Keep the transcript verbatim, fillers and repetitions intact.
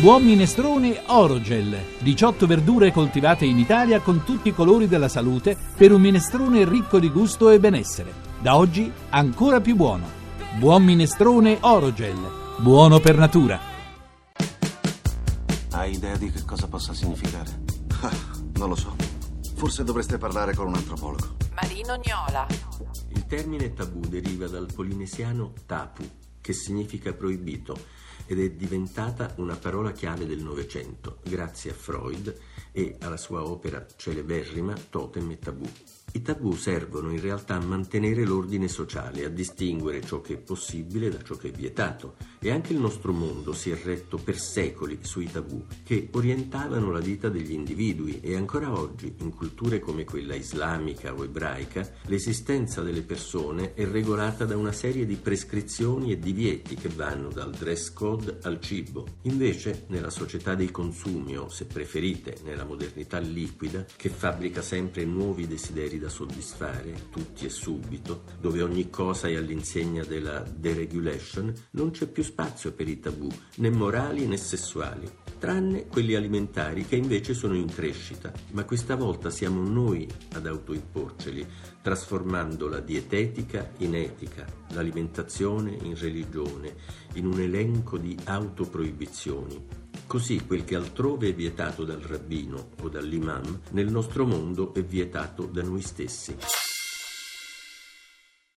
Buon minestrone Orogel, diciotto verdure coltivate in Italia con tutti i colori della salute per un minestrone ricco di gusto e benessere. Da oggi ancora più buono. Buon minestrone Orogel, buono per natura. Hai idea di che cosa possa significare? Ah, non lo so. Forse dovreste parlare con un antropologo. Marino Niola. Il termine tabù deriva dal polinesiano tapu, che significa proibito, ed è diventata una parola chiave del Novecento, grazie a Freud e alla sua opera celeberrima Totem e Tabù. I tabù servono in realtà a mantenere l'ordine sociale, a distinguere ciò che è possibile da ciò che è vietato, e anche il nostro mondo si è retto per secoli sui tabù che orientavano la vita degli individui, e ancora oggi, in culture come quella islamica o ebraica, l'esistenza delle persone è regolata da una serie di prescrizioni e divieti che vanno dal dress code al cibo. Invece, nella società dei consumi, o se preferite, nella modernità liquida, che fabbrica sempre nuovi desideri da soddisfare, tutti e subito, dove ogni cosa è all'insegna della deregulation, non c'è più spazio per i tabù, né morali né sessuali, tranne quelli alimentari che invece sono in crescita, ma questa volta siamo noi ad autoimporceli, trasformando la dietetica in etica, l'alimentazione in religione, in un elenco di autoproibizioni. Così quel che altrove è vietato dal rabbino o dall'imam, nel nostro mondo è vietato da noi stessi.